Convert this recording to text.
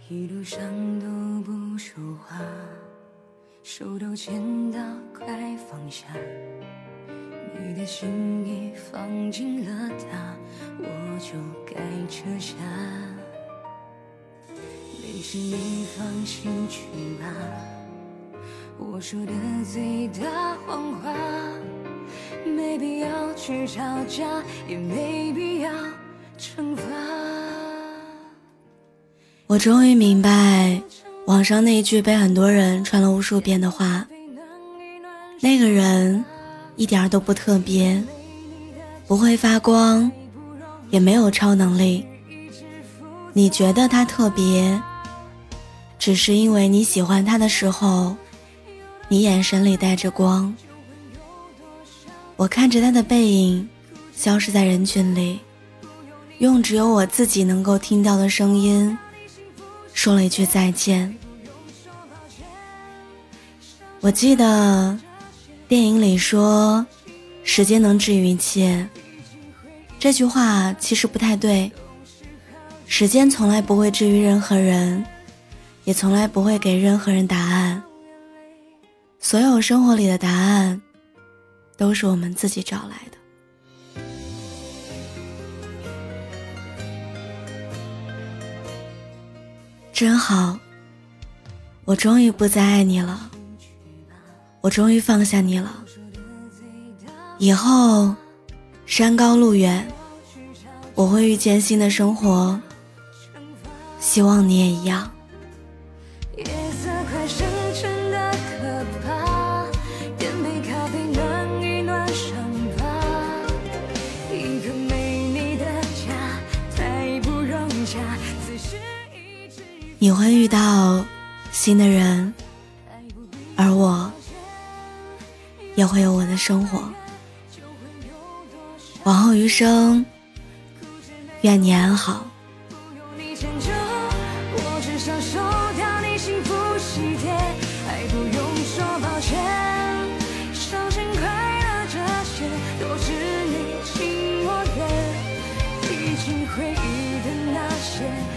一路上都不说话，手都牵到快放下，你的心已放进了它，我就该撤下。没事你放心去吧，我说的最大谎话，没必要去吵架，也没必要惩罚。 我终于明白网上那句被很多人传了无数遍的话，那个人一点都不特别，不会发光，也没有超能力。你觉得他特别，只是因为你喜欢他的时候，你眼神里带着光。我看着他的背影消失在人群里，用只有我自己能够听到的声音说了一句再见。我记得电影里说时间能治愈一切，这句话其实不太对，时间从来不会治愈任何人，也从来不会给任何人答案。所有生活里的答案都是我们自己找来的。真好，我终于不再爱你了，我终于放下你了。以后山高路远，我会遇见新的生活，希望你也一样。 夜色快深沉的可怕，点杯咖啡暖一暖伤疤，一个没你的家太不容洽，此时你会遇到新的人，而我也会有我的生活。往后余生，愿你安好。 我只想收掉你幸福喜帖，还不用说抱歉，伤心快乐这些都是你情我愿，已经回忆的那些